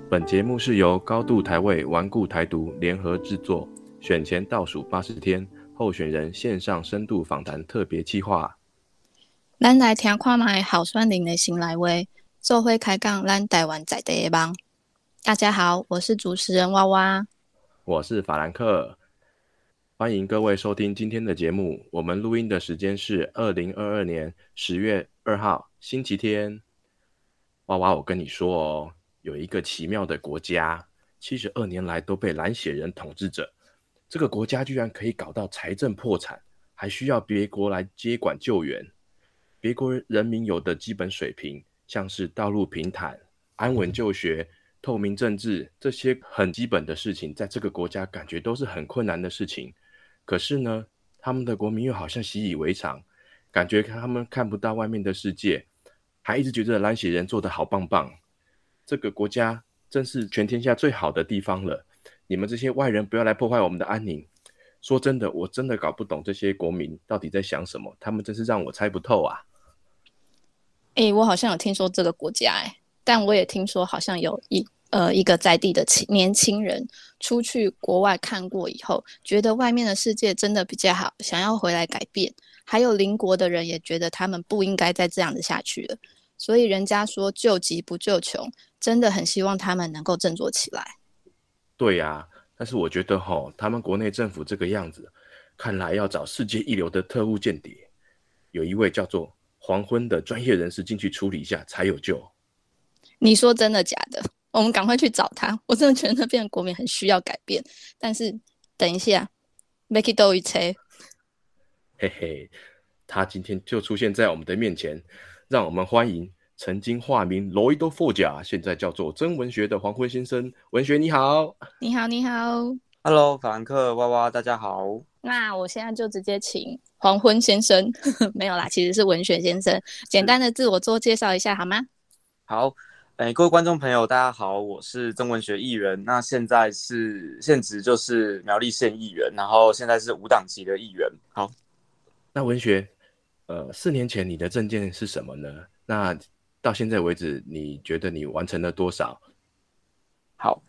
本节目是由高度台味顽固台独联合制作，选前倒数80天，候选人线上深度访谈特别企划。 咱来听看卖候选人的心内话，做伙开讲咱台湾在地的梦。大家好，我是主持人娃娃， 我是法兰克，欢迎各位收听今天的节目。我们录音的时间是2022年10月2号星期天。娃娃，我跟你说哦，有一个奇妙的国家，72年来都被蓝血人统治着。这个国家居然可以搞到财政破产，还需要别国来接管救援。别国人民有的基本水平，像是道路平坦、安稳就学、透明政治，这些很基本的事情，在这个国家感觉都是很困难的事情。可是呢，他们的国民又好像习以为常，感觉他们看不到外面的世界，还一直觉得蓝血人做得好棒棒。这个国家真是全天下最好的地方了，你们这些外人不要来破坏我们的安宁。说真的，我真的搞不懂这些国民到底在想什么，他们真是让我猜不透啊。 我好像有听说这个国家但我也听说好像有一个在地的年轻人出去国外看过以后，觉得外面的世界真的比较好，想要回来改变。还有邻国的人也觉得他们不应该再这样子下去了，所以人家说救急不救穷，真的很希望他们能够振作起来。 对啊，但是我觉得他们国内政府这个样子，看来要找世界一流的特务间谍，有一位叫做黄昏的专业人士进去处理一下才有救。 你说真的假的？我们赶快去找他，我真的觉得那边的国民很需要改变。但是等一下 Make it do 一切， 嘿嘿，他今天就出现在我们的面前，让我们欢迎曾经化名罗伊多霍甲，现在叫做曾文学的黄昏先生。文学你好。 你好，你好。 Hello，法兰克娃娃，大家好。 那我现在就直接请黄昏先生，没有啦，其实是文学先生，简单的自我做介绍一下好吗？ 好，各位观众朋友，大家好，我是曾文学议员，那现职就是苗栗县议员，然后现在是无党籍的议员。好， 那文学，4年前你的政见是什么呢？那到现在为止，你觉得你完成了多少？ 好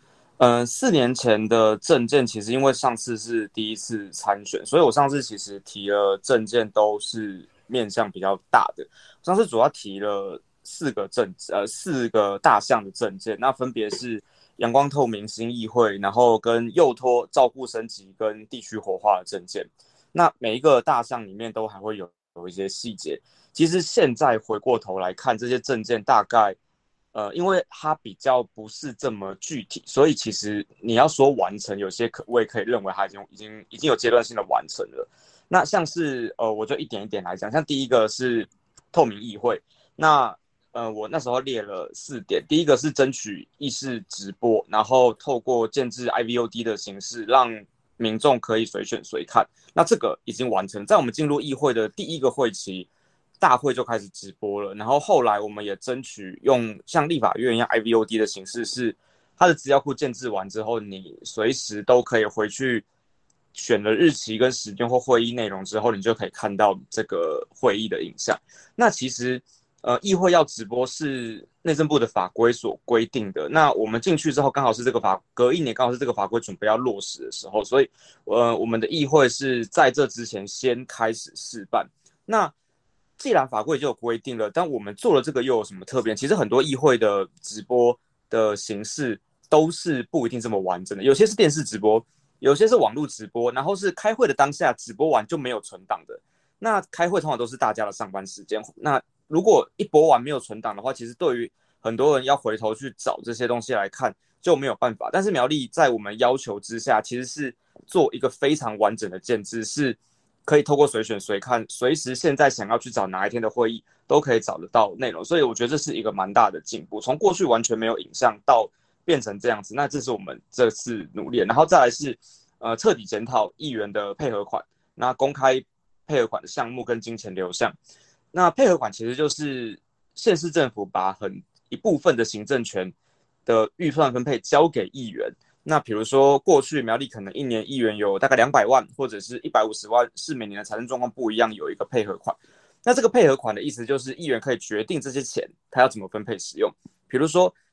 ，4年前的政见，其实因为上次是第一次参选，所以我上次其实提了政见都是面向比较大的。上次主要提了4个大项的政见，那分别是阳光透明新议会，然后跟幼托照顾升级跟地区活化的政见。那每一个大项里面都还会有一些细节。其实现在回过头来看，这些政见大概因为它比较不是这么具体，所以其实你要说完成，有些我也可以认为它已经有阶段性的完成了。那像是我就一点一点来讲，像第一个是透明议会，那我那时候列了4点，第一个是争取议事直播，然后透过建制 IVOD 的形式，让民众可以随选随看。那这个已经完成，在我们进入议会的第一个会期，大会就开始直播了。然后后来我们也争取用像立法院一样 IVOD 的形式，是它的资料库建制完之后，你随时都可以回去选了日期跟时间或会议内容之后，你就可以看到这个会议的影像。那其实议会要直播是内政部的法规所规定的。那我们进去之后，刚好是隔1年刚好是这个法规准备要落实的时候，所以我们的议会是在这之前先开始试办。那既然法规就有规定了，但我们做了这个又有什么特别？其实很多议会的直播的形式都是不一定这么完整的，有些是电视直播，有些是网络直播，然后是开会的当下直播完就没有存档的。那开会通常都是大家的上班时间，那如果一播完没有存档的话，其实对于很多人要回头去找这些东西来看就没有办法。但是苗栗在我们要求之下，其实是做一个非常完整的建制，是可以透过随选随看，随时现在想要去找哪一天的会议都可以找得到内容。所以我觉得这是一个蛮大的进步，从过去完全没有影像到变成这样子，那这是我们这次努力。然后再来是彻底检讨议员的配合款，那公开配合款的项目跟金钱流向。那配合款其实就是县市政府把一部分的行政权的预算分配交给议员。那比如说过去苗栗可能1年议员有大概200万或者是150万，是每年的财政状况不一样，有一个配合款。那这个配合款的意思就是议员可以决定这些钱他要怎么分配使用。比如说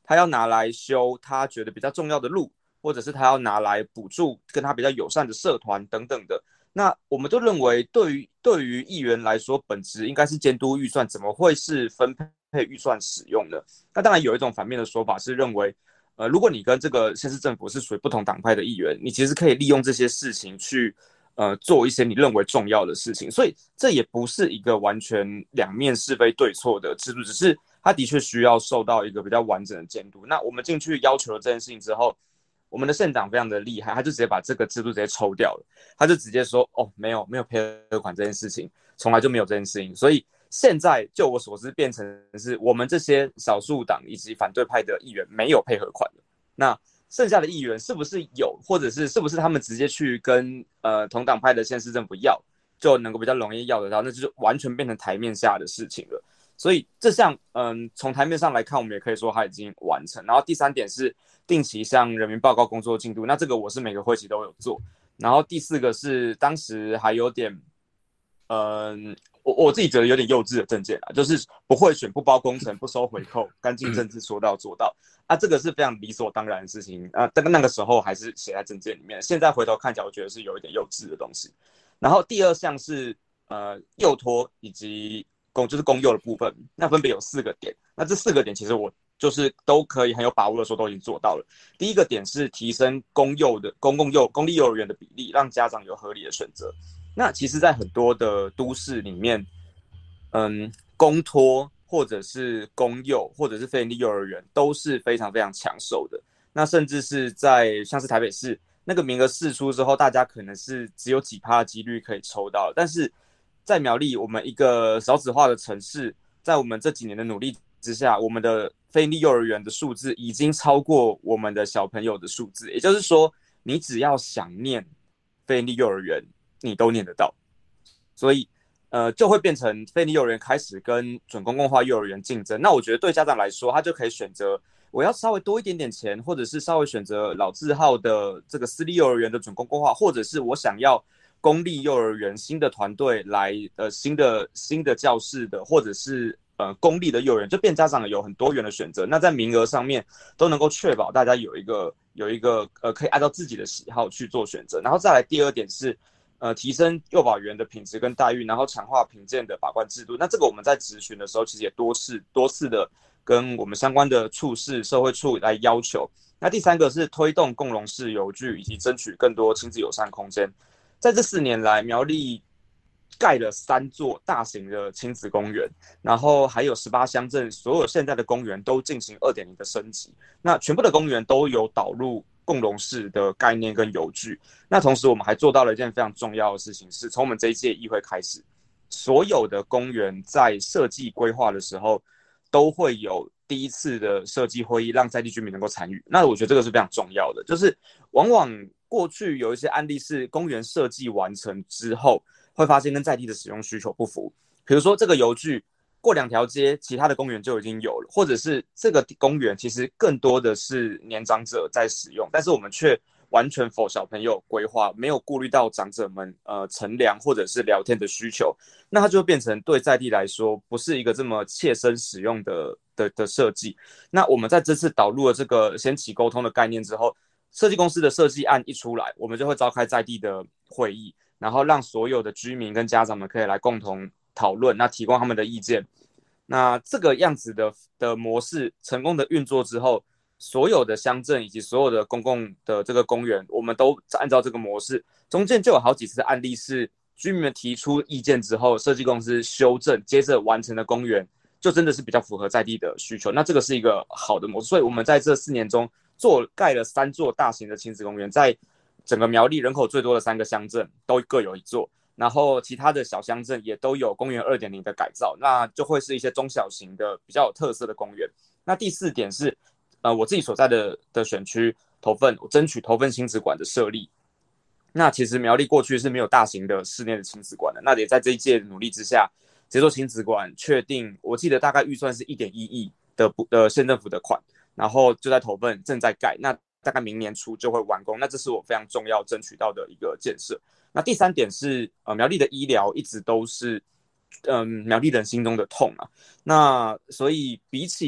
他要拿来修他觉得比较重要的路，或者是他要拿来补助跟他比较友善的社团等等的。那我们就认为对于议员来说，本质应该是监督预算，怎么会是分配预算使用呢？那当然有一种反面的说法是认为，如果你跟这个县市政府是属于不同党派的议员，你其实可以利用这些事情去做一些你认为重要的事情，所以这也不是一个完全两面是非对错的制度，只是它的确需要受到一个比较完整的监督。那我们进去要求了这件事情之后，我们的县长非常的厉害，他就直接把这个制度直接抽掉了，他就直接说哦，没有配合款这件事情，从来就没有这件事情。所以现在就我所知，变成是我们这些少数党以及反对派的议员没有配合款了。那剩下的议员是不是有，或者是不是他们直接去跟同党派的县市政府要，就能够比较容易要得到，那就是完全变成台面下的事情了。所以这项从台面上来看，我们也可以说它已经完成。然后第三点是定期向人民报告工作进度，那这个我是每个会期都有做。然后第四个是当时还有点我自己觉得有点幼稚的政见啦，就是不贿选、不包工程、不收回扣、干净政治，说到做到啊，这个是非常理所当然的事情啊。但那个时候还是写在政见里面，现在回头看起来，我觉得是有一点幼稚的东西。然后第二项是幼托以及就是公幼的部分，那分别有4个点。那这4个点其实我就是都可以很有把握的说都已经做到了。第一个点是提升公立幼儿园的比例，让家长有合理的选择。那其实在很多的都市里面，公托或者是公幼或者是非营利幼儿园都是非常非常抢手的。那甚至是在像是台北市那个名额释出之后，大家可能是只有几%的几率可以抽到，但是在苗栗我们一个少子化的城市，在我们这几年的努力之下，我们的非营利幼儿园的数字已经超过我们的小朋友的数字。也就是说，你只要想念非营利幼儿园，你都念得到。所以就会变成非营利幼儿园开始跟准公共化幼儿园竞争。那我觉得对家长来说，他就可以选择我要稍微多一点点钱，或者是稍微选择老字号的这个私立幼儿园的准公共化，或者是我想要公立幼儿园新的团队来新的教室的，或者是公立的幼儿园，就变家长有很多元的选择。那在名额上面都能够确保大家有一个可以按照自己的喜好去做选择。然后再来第二点是提升幼保员的品质跟待遇，然后强化评鉴的把关制度。那这个我们在质询的时候，其实也多次的跟我们相关的处室、社会处来要求。那第三个是推动共融式游具，以及争取更多亲子友善空间。在这4年来，苗栗盖了3座大型的亲子公园，然后还有18乡镇所有现在的公园都进行2.0的升级。那全部的公园都有导入共融式的概念跟游具。那同时我们还做到了一件非常重要的事情，是从我们这一届议会开始，所有的公园在设计规划的时候都会有第一次的设计会议，让在地居民能够参与。那我觉得这个是非常重要的，就是往往过去有一些案例是公园设计完成之后会发现跟在地的使用需求不符，比如说这个游具过2条街其他的公园就已经有了，或者是这个公园其实更多的是年长者在使用，但是我们却完全否小朋友规划，没有顾虑到长者们乘凉或者是聊天的需求，那它就会变成对在地来说不是一个这么切身使用的设计。那我们在这次导入了这个先期沟通的概念之后，设计公司的设计案一出来，我们就会召开在地的会议，然后让所有的居民跟家长们可以来共同讨论，那提供他们的意见。那这个样子的模式成功的运作之后，所有的乡镇以及所有的公共的这个公园，我们都按照这个模式。中间就有好几次的案例是居民们提出意见之后，设计公司修正，接着完成的公园就真的是比较符合在地的需求。那这个是一个好的模式，所以我们在这4年中盖了3座大型的亲子公园，在整个苗栗人口最多的3个乡镇都各有1座，然后其他的小乡镇也都有公园2.0的改造，那就会是一些中小型的比较有特色的公园。那第4点是我自己所在的选区头份，我争取头份亲子馆的设立。那其实苗栗过去是没有大型的室内的亲子馆的，那也在这一届的努力之下，这座亲子馆确定，我记得大概预算是1.1亿的县政府的款，然后就在头份正在盖，那大概明年初就会完工。那这是我非常重要争取到的一个建设。那第3点是苗栗的医疗一直都是苗栗人心中的痛啊。那所以比起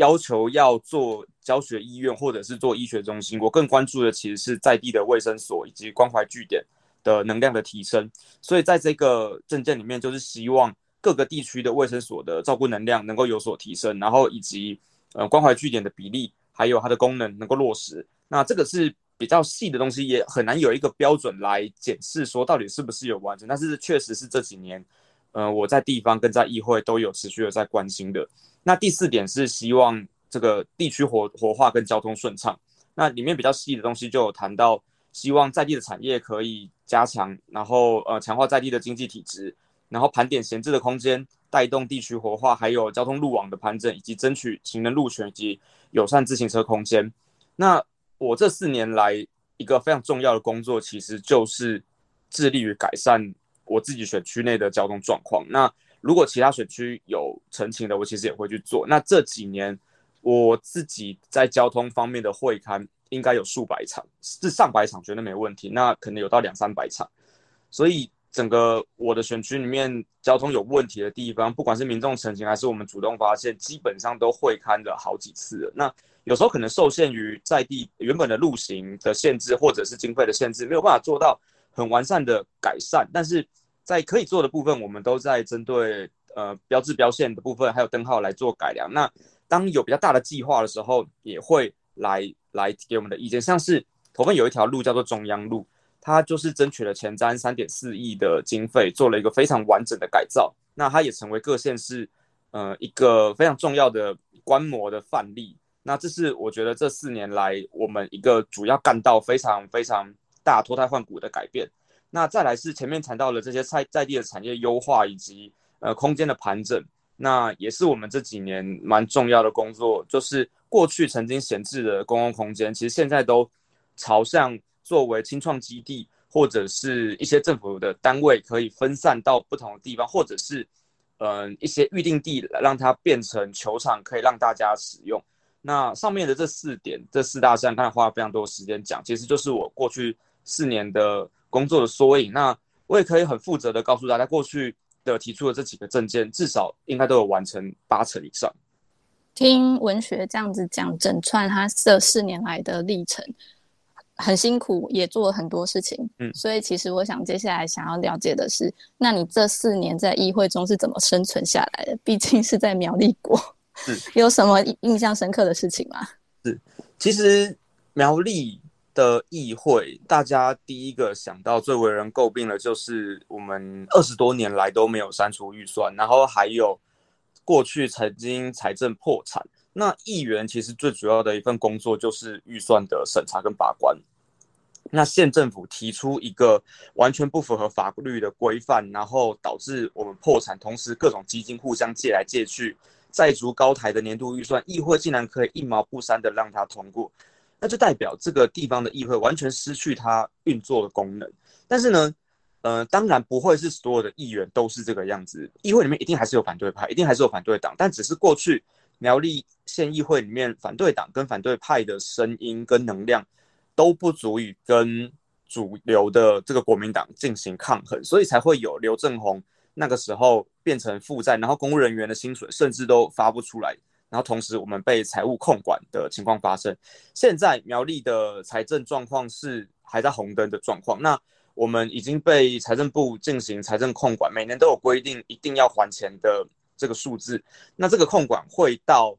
要求要做教学医院或者是做医学中心，我更关注的其实是在地的卫生所以及关怀据点的能量的提升。所以在这个政见里面，就是希望各个地区的卫生所的照顾能量能够有所提升，然后以及关怀据点的比例还有它的功能能够落实。那这个是比较细的东西，也很难有一个标准来检视说到底是不是有完成，但是确实是这几年我在地方跟在议会都有持续的在关心的。那第4点是希望这个地区活化跟交通顺畅。那里面比较细的东西就有谈到，希望在地的产业可以加强，然后强化在地的经济体质，然后盘点闲置的空间，带动地区活化，还有交通路网的盘整，以及争取行人路权以及友善自行车空间。那我这4年来一个非常重要的工作，其实就是致力于改善我自己选区内的交通状况。那如果其他选区有澄清的，我其实也会去做。那这几年我自己在交通方面的会勘应该有数百场，是上百场绝对没问题，那可能有到200-300场。所以整个我的选区里面交通有问题的地方，不管是民众澄清还是我们主动发现，基本上都会勘了好几次了。那有时候可能受限于在地原本的路型的限制，或者是经费的限制，没有办法做到很完善的改善，但是在可以做的部分，我们都在针对标志标线的部分，还有灯号来做改良。那当有比较大的计划的时候，也会来给我们的意见。像是头份有一条路叫做中央路，它就是争取了前瞻3.4亿的经费，做了一个非常完整的改造。那它也成为各县市一个非常重要的观摩的范例。那这是我觉得这4年来我们一个主要干道非常非常大脱胎换骨的改变。那再来是前面谈到了这些在地的产业优化以及空间的盘整，那也是我们这几年蛮重要的工作，就是过去曾经闲置的公共空间，其实现在都朝向作为青创基地或者是一些政府的单位可以分散到不同的地方，或者是一些预定地让它变成球场可以让大家使用。那上面的这4点，这4大项，刚才花了非常多的时间讲，其实就是我过去4年的工作的缩影。那我也可以很负责的告诉大家，过去的提出的这几个政见，至少应该都有完成80%以上。 听文学这样子讲整串他这4年来的历程，很辛苦，也做了很多事情。所以其实我想接下来想要了解的是，那你这4年在议会中是怎么生存下来的？毕竟是在苗栗国，有什么印象深刻的事情吗？ 是，其实苗栗的议会，大家第一个想到最为人诟病的就是我们20多年来都没有删除预算，然后还有过去曾经财政破产。那议员其实最主要的一份工作就是预算的审查跟把关。那县政府提出一个完全不符合法律的规范，然后导致我们破产，同时各种基金互相借来借去，债逐高台的年度预算，议会竟然可以一毛不删的让它通过，那就代表这个地方的议会完全失去它运作的功能。但是呢，当然不会是所有的议员都是这个样子，议会里面一定还是有反对派，一定还是有反对党，但只是过去苗栗县议会里面反对党跟反对派的声音跟能量都不足以跟主流的这个国民党进行抗衡，所以才会有刘正宏那个时候变成负债，然后公务人员的薪水甚至都发不出来，然后同时我们被财务控管的情况发生。现在苗栗的财政状况是还在红灯的状况，那我们已经被财政部进行财政控管，每年都有规定一定要还钱的这个数字。那这个控管会到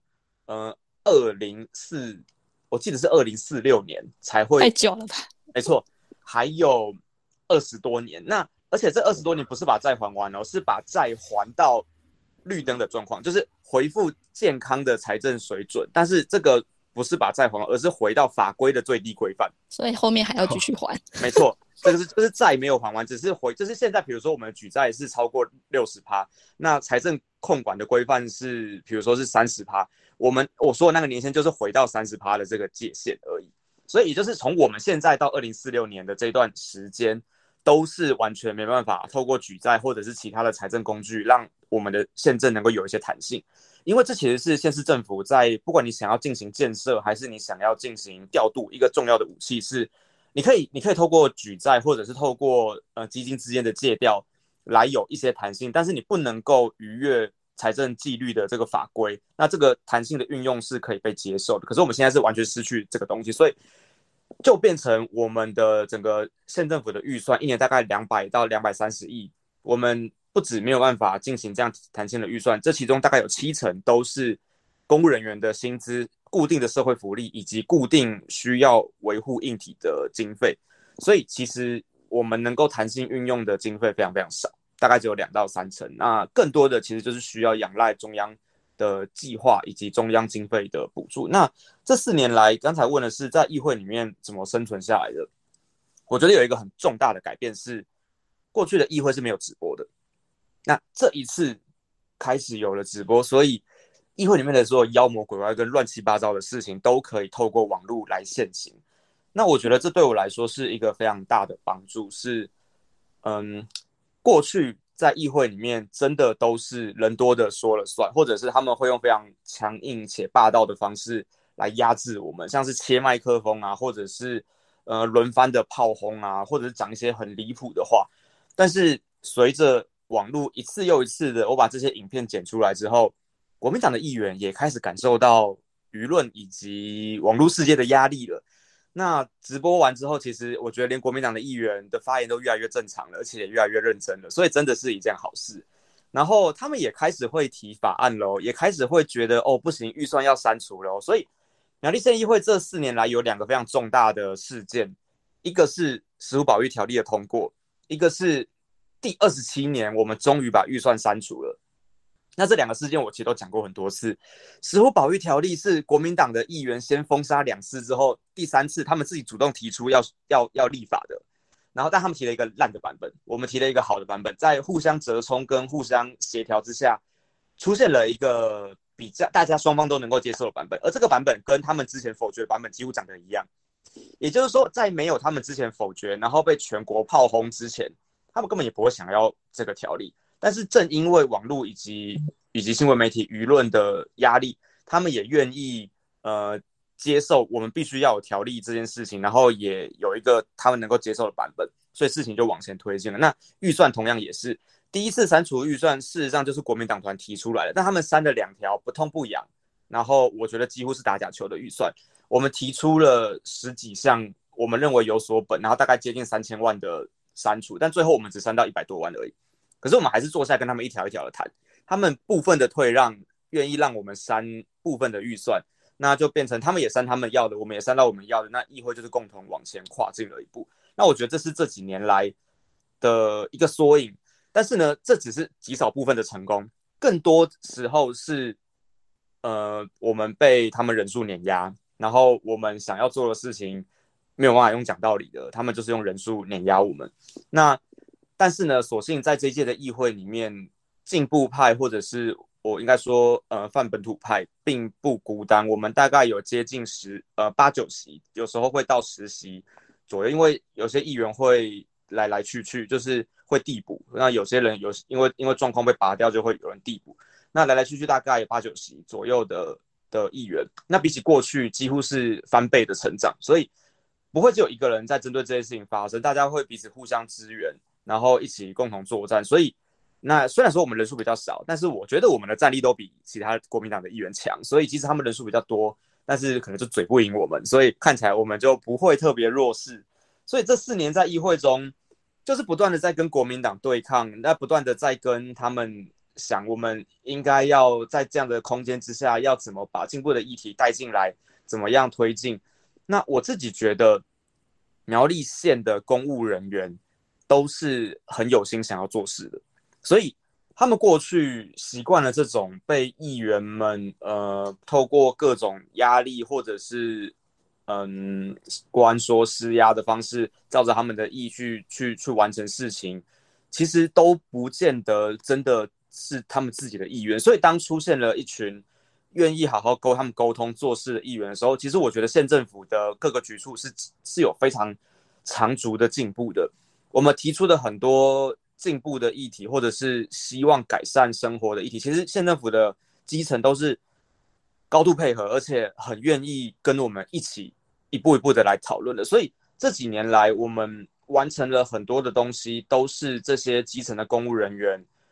我记得是2046年才会， 太久了吧？ 没错，还有20多年。那而且这20多年不是把债还完哦，是把债还到绿灯的状况，就是回复健康的财政水准。但是这个不是把债还完，而是回到法规的最低规范。 所以后面还要继续还。 没错，这个就是债没有还完，只是就是现在比如说我们的举债是超过60%，那财政控管的规范是比如说是30%，我说的那个年限就是回到30%的这个界限而已。所以也就是从我们现在到2046年的这段时间，都是完全没办法透过举债或者是其他的财政工具，让我们的县政能够有一些弹性。因为这其实是县市政府在不管你想要进行建设，还是你想要进行调度，一个重要的武器是，你可以透过举债或者是透过基金之间的借调来有一些弹性，但是你不能够逾越财政纪律的这个法规，那这个弹性的运用是可以被接受的。可是我们现在是完全失去这个东西，所以就变成我们的整个县政府的预算一年大概200到230亿，我们不止没有办法进行这样弹性的预算，这其中大概有70%都是公务人员的薪资、固定的社会福利以及固定需要维护硬体的经费，所以其实我们能够弹性运用的经费非常非常少，大概只有2到3成。那更多的其实就是需要仰赖中央的计划以及中央经费的补助。那这4年来，刚才问的是在议会里面怎么生存下来的，我觉得有一个很重大的改变是，过去的议会是没有直播的，那这一次开始有了直播，所以议会里面的所有妖魔鬼怪跟乱七八糟的事情都可以透过网络来现行。那我觉得这对我来说是一个非常大的帮助，是过去在议会里面真的都是人多的说了算，或者是他们会用非常强硬且霸道的方式来压制我们，像是切麦克风啊，或者是轮番的炮轰啊，或者是讲一些很离谱的话。但是随着网络一次又一次的我把这些影片剪出来之后，国民党的议员也开始感受到舆论以及网络世界的压力了。那直播完之后，其实我觉得连国民党的议员的发言都越来越正常了，而且也越来越认真了，所以真的是一件好事。然后他们也开始会提法案咯，也开始会觉得不行，预算要删除咯。所以苗栗县议会这4年来有2个非常重大的事件，一个是食物保育条例的通过，一个是第27年我们终于把预算删除了。那这2个事件我其实都讲过很多次，食物保育条例是国民党的议员先封杀2次之后，第3次他们自己主动提出要立法的，然后但他们提了一个烂的版本，我们提了一个好的版本，在互相折冲跟互相协调之下，出现了一个比较大家双方都能够接受的版本，而这个版本跟他们之前否决的版本几乎长得一样。也就是说，在没有他们之前否决，然后被全国炮轰之前，他们根本也不会想要这个条例。但是正因为网络以及新闻媒体舆论的压力，他们也愿意接受我们必须要有条例这件事情，然后也有一个他们能够接受的版本，所以事情就往前推进了。那预算同样也是第一次删除预算，事实上就是国民党团提出来的，但他们删了2条不痛不痒，然后我觉得几乎是打假球的预算。我们提出了10几项我们认为有所本，然后大概接近3000万的删除，但最后我们只删到100多万而已。可是我们还是坐下跟他们一条一条的谈，他们部分的退让，愿意让我们删部分的预算，那就变成他们也删他们要的，我们也删到我们要的，那议会就是共同往前跨进了一步。那我觉得这是这几年来的一个缩影，但是呢，这只是极少部分的成功，更多时候是我们被他们人数碾压，然后我们想要做的事情没有办法用讲道理的，他们就是用人数碾压我们。那但是呢，所幸在这一届的议会里面，进步派或者是我应该说泛本土派并不孤单，我们大概有接近8、9席，有时候会到10席左右，因为有些议员会来来去去，就是会递补，那有些人因为状况被拔掉，就会有人递补，那来来去去大概有8、9席左右的议员，那比起过去几乎是翻倍的成长，所以不会只有一个人在针对这些事情发生，大家会彼此互相支援，然后一起共同作战。所以那虽然说我们人数比较少，但是我觉得我们的战力都比其他国民党的议员强，所以即使他们人数比较多，但是可能就嘴不赢我们，所以看起来我们就不会特别弱势。所以这4年在议会中，就是不断的在跟国民党对抗，那不断的在跟他们想，我们应该要在这样的空间之下，要怎么把进步的议题带进来，怎么样推进。那我自己觉得，苗栗县的公务人员都是很有心想要做事的，所以他们过去习惯了这种被议员们透过各种压力或者是国安说施压的方式，照着他们的意去完成事情，其实都不见得真的是他们自己的意愿。所以当出现了一群愿意好好他们沟通做事的议员的时候，其实我觉得县政府的各个局处是有非常长足的进步的。我们提出的很多进步的议题，或者是希望改善生活的议题，其实县政府的基层都是高度配合，而且很愿意跟我们一起一步一步的来讨论的。所以这几年来，我们完成了很多的东西，都是这些基层的公务人员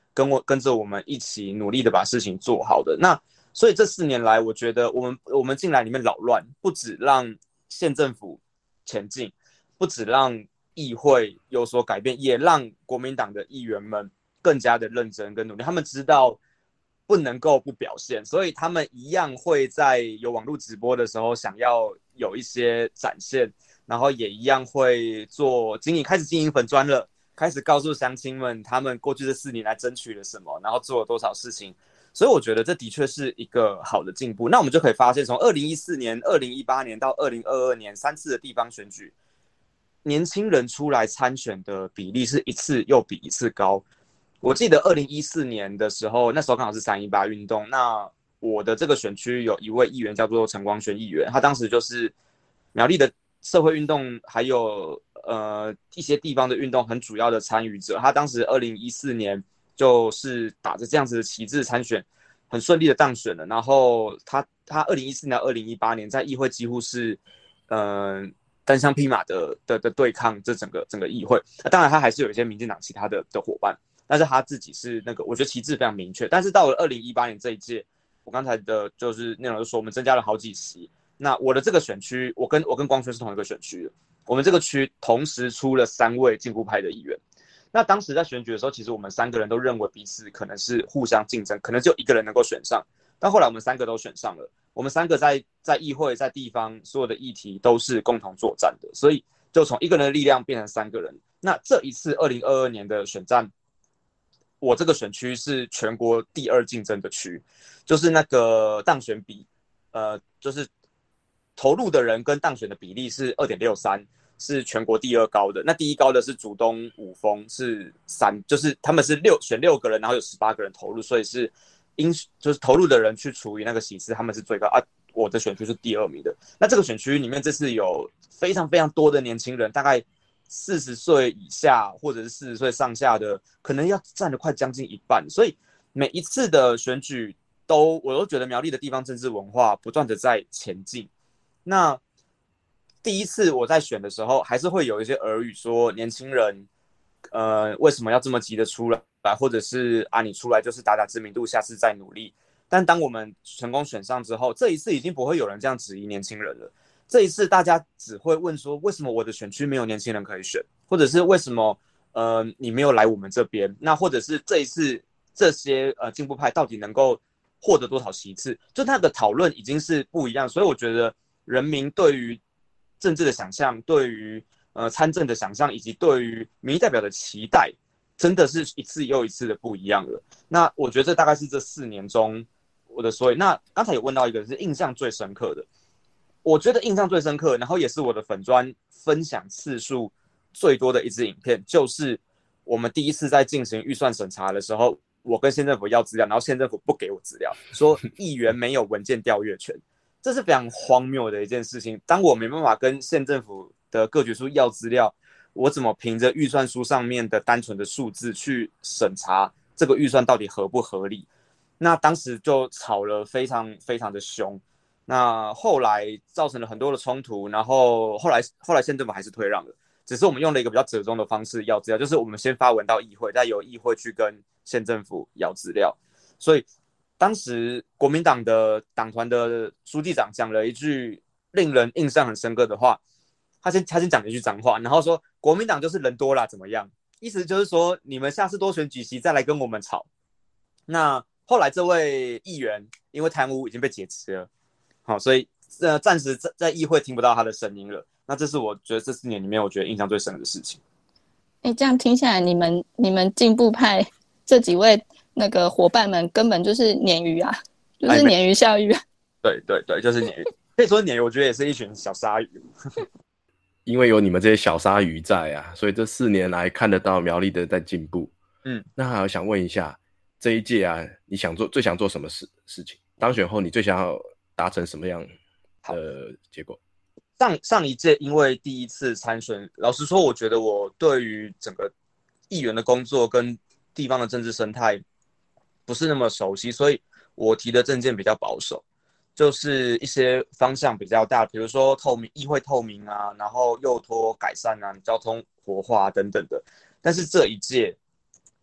跟着我们一起努力的把事情做好的。那所以这4年来，我觉得我们进来里面扰乱，不止让县政府前进，不止让议会有所改变，也让国民党的议员们更加的认真跟努力。他们知道不能够不表现，所以他们一样会在有网络直播的时候想要有一些展现，然后也一样会开始经营粉专了，开始告诉乡亲们他们过去这4年来争取了什么，然后做了多少事情。所以我觉得这的确是一个好的进步。那我们就可以发现，从2014年、2018年到2022年3次的地方选举，年轻人出来参选的比例是一次又比一次高。我记得2014年的时候，那时候刚好是318运动。那我的这个选区有一位议员叫做陈光轩议员，他当时就是苗栗的社会运动还有一些地方的运动很主要的参与者。他当时2014年就是打着这样子的旗帜参选，很顺利的当选了。然后他2014年到2018年在议会几乎是单枪匹马的对抗这整个议会。当然他还是有一些民进党其他的伙伴。但是他自己是我觉得旗帜非常明确。但是到了2018年这一届，我刚才的就是内容就说我们增加了好几席。那我的这个选区，我跟光轩是同一个选区的，我们这个区同时出了3位进步派的议员。那当时在选举的时候，其实我们3个人都认为彼此可能是互相竞争，可能就1个人能够选上。但后来我们3个都选上了，我们3个在议会、在地方所有的议题都是共同作战的，所以就从1个人的力量变成3个人。那这一次2022年的选战，我这个选区是全国第2竞争的区，就是那个当选比，就是投入的人跟当选的比例是2.63，是全国第2高的。那第1高的是竹东五峰，是3，就是他们是选6个人，然后有18个人投入，所以是就是投入的人去除以那个席次，他们是最高啊。我的选区是第2名的。那这个选区里面，这次有非常非常多的年轻人，大概40岁以下或者是40岁上下的，可能要占了快将近一半。所以每一次的选举我都觉得苗栗的地方政治文化不断的在前进。那第一次我在选的时候，还是会有一些耳语说年轻人为什么要这么急的出来，或者是你出来就是打打知名度，下次再努力。但当我们成功选上之后，这一次已经不会有人这样质疑年轻人了。这一次大家只会问说，为什么我的选区没有年轻人可以选，或者是为什么你没有来我们这边，那或者是这一次这些进步派到底能够获得多少席次，就那个讨论已经是不一样。所以我觉得人民对于政治的想象，对于参政的想象，以及对于民意代表的期待，真的是一次又一次的不一样了。那我觉得这大概是这4年中我的所以。那刚才有问到一个是印象最深刻的，我觉得印象最深刻，然后也是我的粉专分享次数最多的一支影片，就是我们第一次在进行预算审查的时候，我跟县政府要资料，然后县政府不给我资料，说议员没有文件调阅权，这是非常荒谬的一件事情。当我没办法跟县政府的各局处要资料，我怎么凭着预算书上面的单纯的数字去审查这个预算到底合不合理？那当时就吵了非常非常的凶。那后来造成了很多的冲突，然后后来县政府还是退让了，只是我们用了一个比较折中的方式要资料，就是我们先发文到议会，再由议会去跟县政府要资料。所以当时国民党的党团的书记长讲了一句令人印象很深刻的话，他先讲了一句脏话，然后说国民党就是人多啦怎么样，意思就是说你们下次多选几席再来跟我们吵。那后来这位议员因为贪污已经被解职了，好，所以暂时在议会听不到他的声音了。那这是我觉得这4年里面我觉得印象最深的事情。 这样听下来，你们进步派这几位那个伙伴们根本就是鲶鱼啊，就是鲶鱼效应啊。 对对对，就是鲶鱼，可以说鲶鱼，我觉得也是一群小鲨鱼。 因为有你们这些小鲨鱼在啊，所以这4年来看得到苗栗的在进步。那还有想问一下，这一届啊，你最想做什么事情？当选后你最想要达成什么样的结果？ 上一届因为第一次参选，老实说，我觉得我对于整个议员的工作跟地方的政治生态不是那么熟悉，所以我提的政见比较保守，就是一些方向比较大，比如说议会透明啊，然后幼托改善啊，交通活化等等的。但是这一届，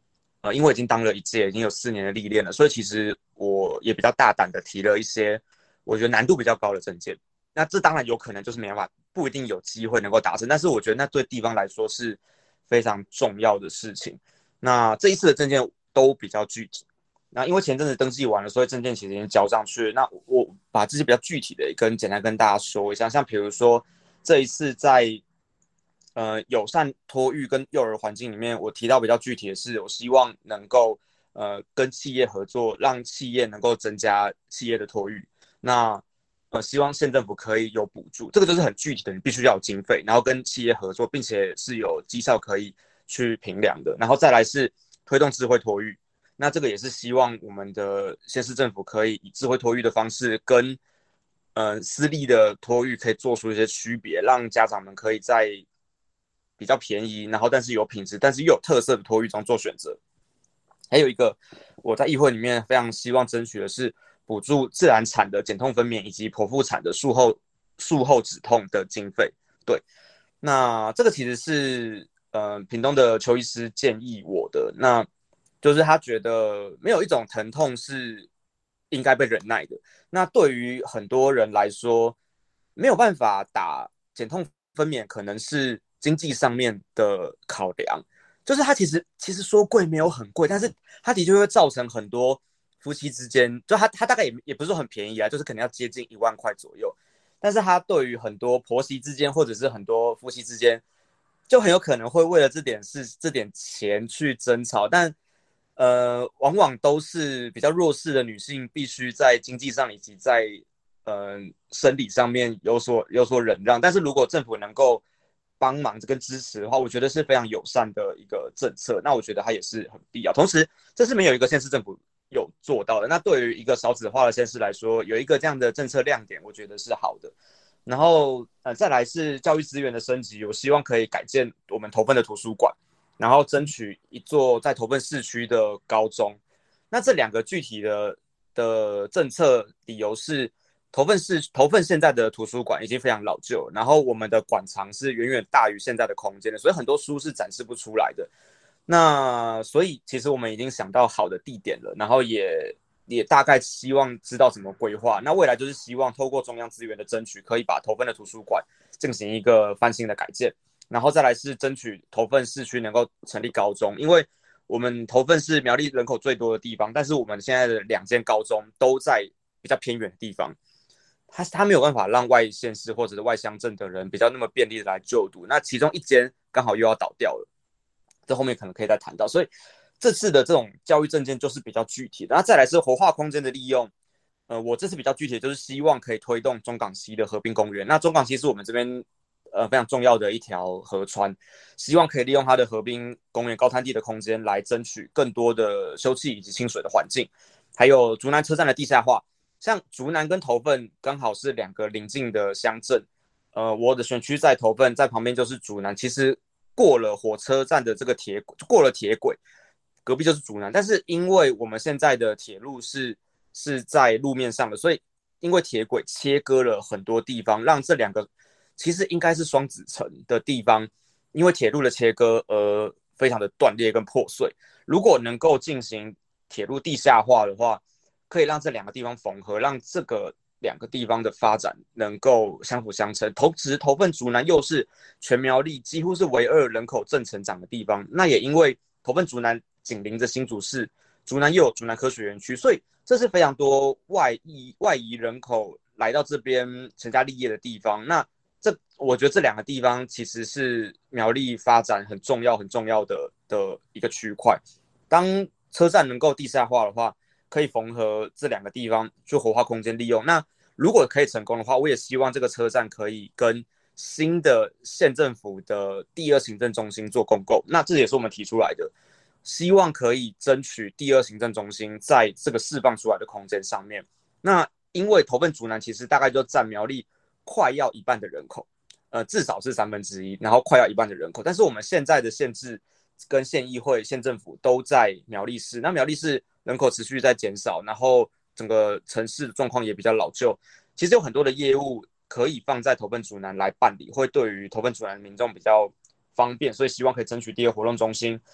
因为已经当了一届，已经有4年的历练了，所以其实我也比较大胆的提了一些我觉得难度比较高的政见。那这当然有可能就是没办法，不一定有机会能够达成，但是我觉得那对地方来说是非常重要的事情。那这一次的政见都比较具体，那因为前阵子登记完了，所以政见其实已经交上去了。那我把这些比较具体的简单跟大家说一下，像比如说这一次在友善托育跟幼儿环境里面，我提到比较具体的是，我希望能够跟企业合作，让企业能够增加企业的托育。那希望县政府可以有补助，这个就是很具体的，你必须要有经费，然后跟企业合作，并且是有绩效可以去评量的。然后再来是推动智慧托育，那这个也是希望我们的县市政府可以以智慧托育的方式跟私立的托育可以做出一些区别，让家长们可以在比较便宜，然后但是有品质，但是又有特色的托育中做选择。还有一个我在议会里面非常希望争取的是补助自然产的减痛分娩以及剖腹产的术后止痛的经费。对，那这个其实是屏东的邱医师建议我的，那就是他觉得没有一种疼痛是应该被忍耐的。那对于很多人来说，没有办法打减痛分娩，可能是经济上面的考量。就是它其实说贵没有很贵，但是它的确会造成很多夫妻之间，就它大概也不是说很便宜啊，就是可能要接近1万块左右。但是它对于很多婆媳之间，或者是很多夫妻之间，就很有可能会为了这点钱去争吵。但往往都是比较弱势的女性，必须在经济上以及在生理上面有所忍让。但是如果政府能够帮忙跟支持的话，我觉得是非常友善的一个政策。那我觉得它也是很必要。同时，这是没有一个县市政府有做到的。那对于一个少子化的县市来说，有一个这样的政策亮点，我觉得是好的。然后再来是教育资源的升级，我希望可以改建我们头份的图书馆，然后争取一座在头份市区的高中。那这2个具体的政策理由是，头份现在的图书馆已经非常老旧，然后我们的馆藏是远远大于现在的空间的，所以很多书是展示不出来的。那所以其实我们已经想到好的地点了，然后也大概希望知道怎么规划。那未来就是希望透过中央资源的争取，可以把头份的图书馆进行一个翻新的改建，然后再来是争取头份市区能够成立高中，因为我们头份是苗栗人口最多的地方，但是我们现在的2间高中都在比较偏远的地方。他没有办法让外县市或者是外乡镇的人比较那么便利的来就读，那其中一间刚好又要倒掉了，这后面可能可以再谈到。所以这次的这种教育政见就是比较具体的。那再来是活化空间的利用，我这次比较具体的就是希望可以推动中港溪的河滨公园。那中港溪是我们这边非常重要的一条河川，希望可以利用它的河滨公园高滩地的空间来争取更多的休憩以及清水的环境，还有竹南车站的地下化。像竹南跟头份刚好是2个邻近的乡镇，我的选区在头份，在旁边就是竹南，其实过了火车站的这个过了铁轨，隔壁就是竹南。但是因为我们现在的铁路是在路面上的，所以因为铁轨切割了很多地方，让这2个其实应该是双子城的地方，因为铁路的切割而非常的断裂跟破碎。如果能够进行铁路地下化的话，可以让这2个地方缝合，让这个2个地方的发展能够相辅相成。同时，头份竹南又是全苗栗几乎是唯2人口正成长的地方。那也因为头份竹南紧邻着新竹市，竹南又有竹南科学园区，所以这是非常多外移人口来到这边成家立业的地方。那我觉得这2个地方其实是苗栗发展很重要的一个区块。当车站能够地下化的话，可以缝合这2个地方去活化空间利用。那如果可以成功的话，我也希望这个车站可以跟新的县政府的第2行政中心做共构。那这也是我们提出来的，希望可以争取第2行政中心在这个释放出来的空间上面。那因为头份竹南其实大概就占苗栗快要1半的人口，至少是1/3，然后快要1半的人口。但是我们现在的县制跟县议会、县政府都在苗栗市，那苗栗市人口持续在减少，然后整个城市的状况也比较老旧。其实有很多的业务可以放在头份竹南来办理，会对于头份竹南的民众比较方便，所以希望可以争取第2活动中心。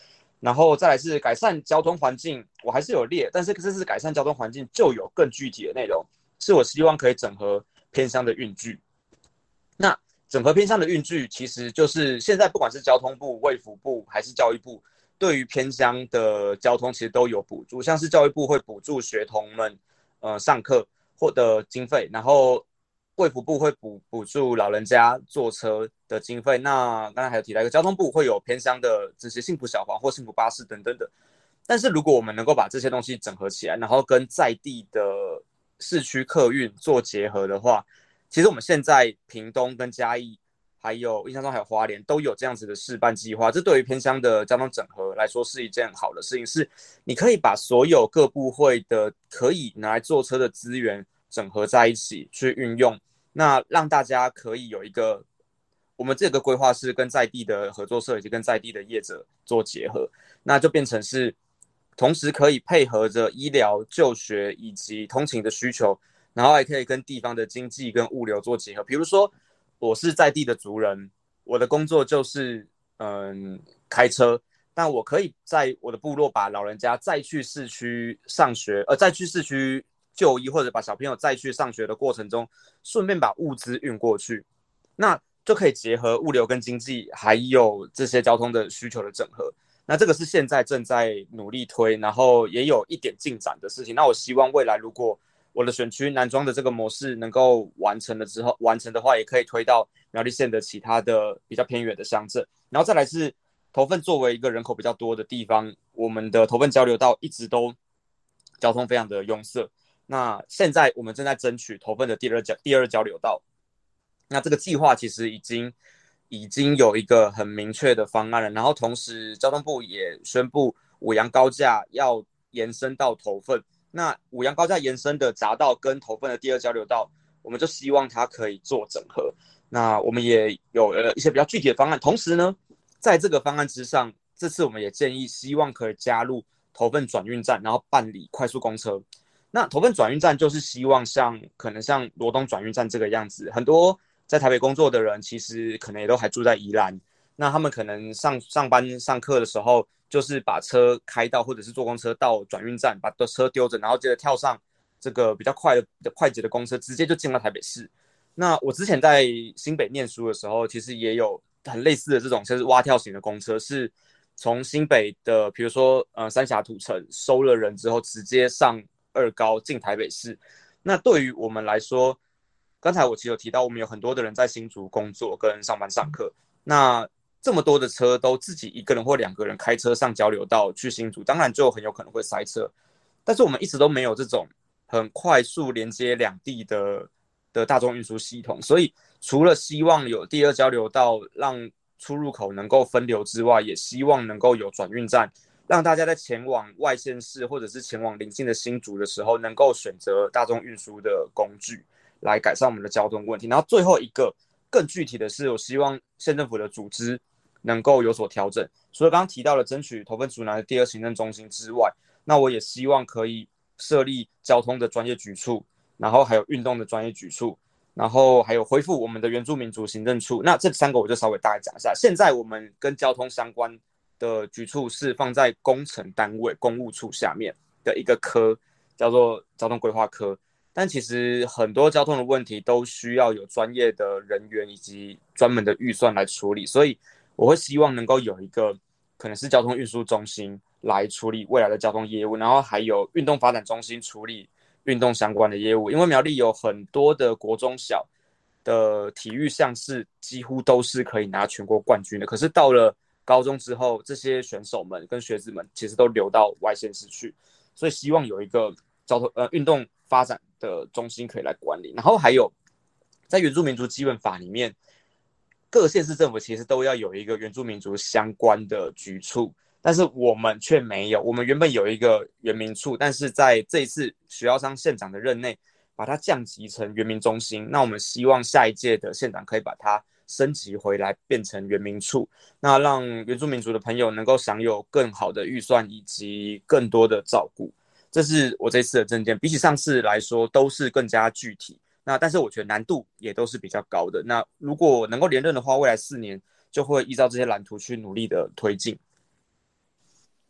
然后再来是改善交通环境，我还是有列，但是这次改善交通环境就有更具体的内容，是我希望可以整合偏乡的运具。那整合偏乡的运具，其实就是现在不管是交通部、卫福部还是教育部，对于偏乡的交通其实都有补助，像是教育部会补助学童们上课或的经费，然后卫福部会补助老人家坐车的经费。那刚才还有提到一个交通部会有偏乡的这些幸福小黄或幸福巴士等等的。但是如果我们能够把这些东西整合起来，然后跟在地的市区客运做结合的话，其实我们现在屏东跟嘉义，还有印象中还有花莲都有这样子的示范计划。这对于偏乡的交通整合来说是一件好的事情，是你可以把所有各部会的可以拿来坐车的资源整合在一起去运用，那让大家可以有一个，我们这个规划是跟在地的合作社以及跟在地的业者做结合，那就变成是同时可以配合着医疗、就学以及通勤的需求，然后还可以跟地方的经济跟物流做结合。比如说，我是在地的族人，我的工作就是开车，但我可以在我的部落把老人家再去市区上学，再去市区就医，或者把小朋友再去上学的过程中，顺便把物资运过去，那就可以结合物流跟经济，还有这些交通的需求的整合。那这个是现在正在努力推，然后也有一点进展的事情。那我希望未来如果我的选区南庄的这个模式能够完成的话，也可以推到苗栗县的其他的比较偏远的乡镇。然后再来是头份作为一个人口比较多的地方，我们的头份交流道一直都交通非常的拥塞。那现在我们正在争取头份的第二交流道。那这个计划其实已经有一个很明确的方案了，然后同时交通部也宣布五杨高架要延伸到头份。那五杨高架延伸的匝道跟头份的第二交流道，我们就希望它可以做整合。那我们也有一些比较具体的方案，同时呢，在这个方案之上，这次我们也建议希望可以加入头份转运站，然后办理快速公车。那头份转运站就是希望可能像罗东转运站这个样子，很多在台北工作的人其实可能也都还住在宜兰，那他们可能上班上课的时候，就是把车开到或者是坐公车到转运站，把车丢着，然后接着跳上这个比较快捷的公车，直接就进到台北市。那我之前在新北念书的时候，其实也有很类似的这种就是蛙跳型的公车，是从新北的比如说三峡土城收了人之后，直接上二高进台北市。那对于我们来说，刚才我其实有提到，我们有很多的人在新竹工作跟上班上课，那这么多的车都自己一个人或两个人开车上交流道去新竹，当然就很有可能会塞车。但是我们一直都没有这种很快速连接两地的大众运输系统，所以除了希望有第二交流道让出入口能够分流之外，也希望能够有转运站，让大家在前往外县市或者是前往邻近的新竹的时候，能够选择大众运输的工具来改善我们的交通问题。然后最后一个更具体的是，我希望县政府的组织能够有所调整。除了刚刚提到的争取头份竹南的第二行政中心之外，那我也希望可以设立交通的专业局处，然后还有运动的专业局处，然后还有恢复我们的原住民族行政处。那这三个我就稍微大概讲一下。现在我们跟交通相关的局处是放在工程单位公务处下面的一个科，叫做交通规划科。但其实很多交通的问题都需要有专业的人员以及专门的预算来处理，所以我会希望能够有一个可能是交通运输中心来处理未来的交通业务，然后还有运动发展中心处理运动相关的业务。因为苗栗有很多的国中小的体育项是几乎都是可以拿全国冠军的，可是到了高中之后，这些选手们跟学子们其实都流到外县市去，所以希望有一个运动发展的中心可以来管理。然后还有在原住民族基本法里面，各县市政府其实都要有一个原住民族相关的局处，但是我们却没有。我们原本有一个原民处，但是在这一次许耀昌县长的任内，把它降级成原民中心。那我们希望下一届的县长可以把它升级回来，变成原民处，那让原住民族的朋友能够享有更好的预算以及更多的照顾。这是我这次的政见，比起上次来说都是更加具体。那但是我觉得难度也都是比较高的。那如果能够连任的话，未来4年就会依照这些蓝图去努力的推进。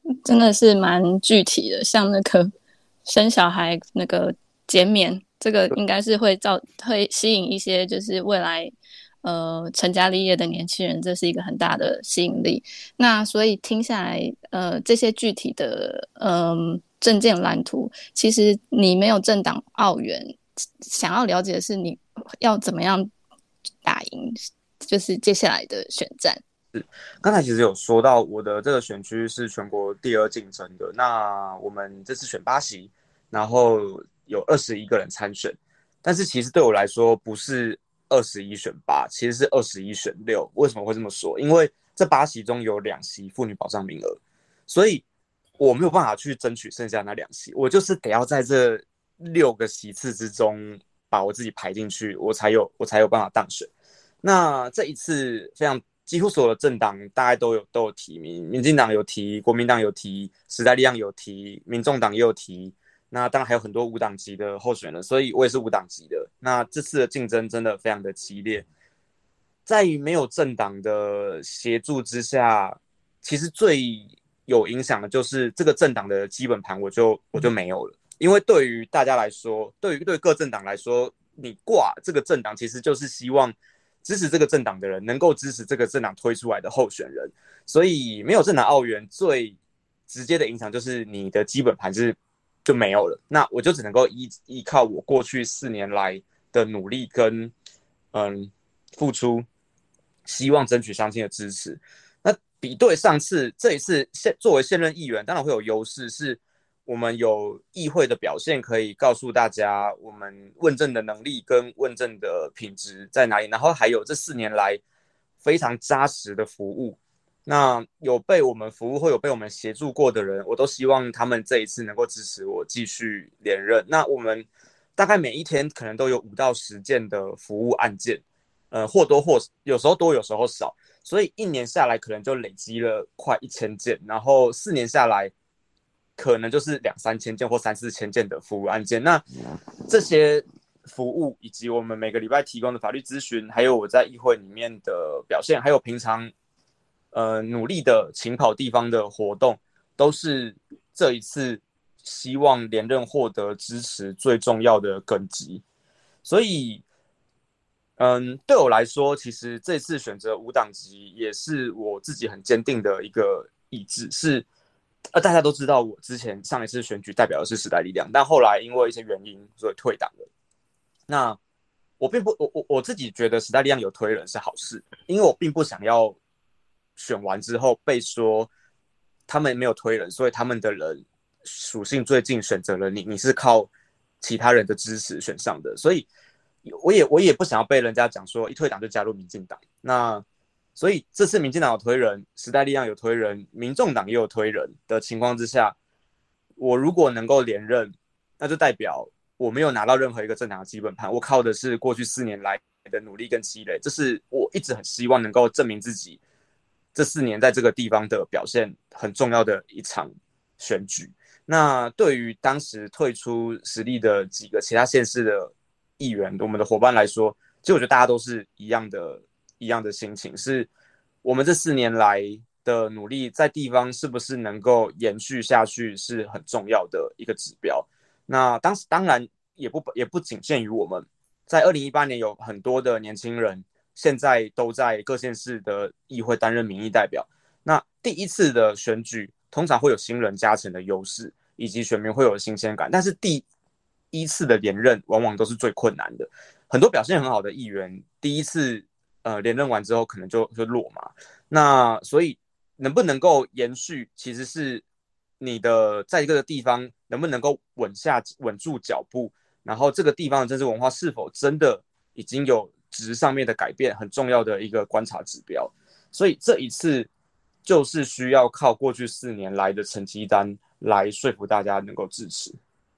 真的是蛮具体的，像那个生小孩那个减免，这个应该是会吸引一些就是未来成家立业的年轻人，这是一个很大的吸引力。那所以听下来，这些具体的政见蓝图，其实你没有政党澳元，想要了解的是你要怎么样打赢，就是接下来的选战。 刚才其实有说到我的这个选区是全国第2竞争的，那我们这次选8席，然后有21个人参选，但是其实对我来说不是21选8，其实是21选6。为什么会这么说？因为这8席中有2席妇女保障名额，所以我没有办法去争取剩下那2席，我就是得要在这6个席次之中把我自己排进去，我才有办法当选。那这一次几乎所有的政党大概都有提名，民进党有提，国民党有提，时代力量有提，民众党也有提，那当然还有很多无党籍的候选人，所以我也是无党籍的。那这次的竞争真的非常的激烈，在没有政党的协助之下，其实最有影响的就是这个政党的基本盘我就没有了，因为对于大家来说，对各政党来说，你挂这个政党其实就是希望支持这个政党的人能够支持这个政党推出来的候选人，所以没有政党澳元最直接的影响就是你的基本盘就没有了。那我就只能够依靠我过去4年来的努力跟付出，希望争取乡亲的支持。那比对上次，这一次作为现任议员，当然会有优势，是我们有议会的表现可以告诉大家我们问政的能力跟问政的品质在哪里，然后还有这4年来非常扎实的服务。那有被我们服务或有被我们协助过的人，我都希望他们这一次能够支持我继续连任。那我们大概每一天可能都有5到10件的服务案件，或多或少，有时候多有时候少，所以1年下来可能就累积了快1000件，然后4年下来可能就是2-3千件或3-4千件的服务案件。那这些服务以及我们每个礼拜提供的法律咨询，还有我在议会里面的表现，还有平常努力的勤跑地方的活动，都是这一次希望连任获得支持最重要的根基。所以对我来说，其实这次选择无党籍也是我自己很坚定的一个意志，是大家都知道我之前上一次选举代表的是时代力量，但后来因为一些原因所以退党了。那我自己觉得时代力量有推人是好事，因为我并不想要选完之后被说他们没有推人，所以他们的人属性最近选择了你是靠其他人的支持选上的，所以我也不想要被人家讲说一退党就加入民进党。那所以这次民进党有推人，时代力量有推人，民众党也有推人的情况之下，我如果能够连任，那就代表我没有拿到任何一个政党的基本盘，我靠的是过去4年来的努力跟积累，这是我一直很希望能够证明自己这4年在这个地方的表现很重要的一场选举。那对于当时退出实力的几个其他县市的议员，我们的伙伴来说，其实我觉得大家都是一样的心情，是我们这4年来的努力在地方是不是能够延续下去，是很重要的一个指标。那当然也不仅限于我们，在2018年有很多的年轻人现在都在各县市的议会担任民意代表。那第一次的选举通常会有新人加成的优势，以及选民会有新鲜感，但是第一次的连任往往都是最困难的。很多表现很好的议员第一次连任完之后可能就落马。那所以能不能够延续，其实是你的在这个地方能不能够稳住脚步，然后这个地方的政治文化是否真的已经有质上面的改变，很重要的一个观察指标。所以这一次就是需要靠过去4年来的成绩单来说服大家能够支持。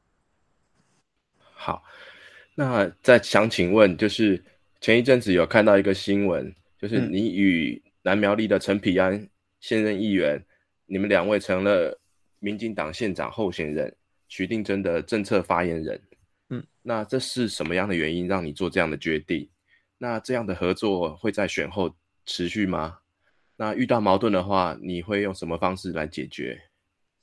好，那再想请问，就是前一阵子有看到一个新闻，就是你与南苗栗的陈丕安现任议员，你们2位成了民进党县长候选人徐定琛的政策发言人。那这是什么样的原因让你做这样的决定？那这样的合作会在选后持续吗？那遇到矛盾的话，你会用什么方式来解决？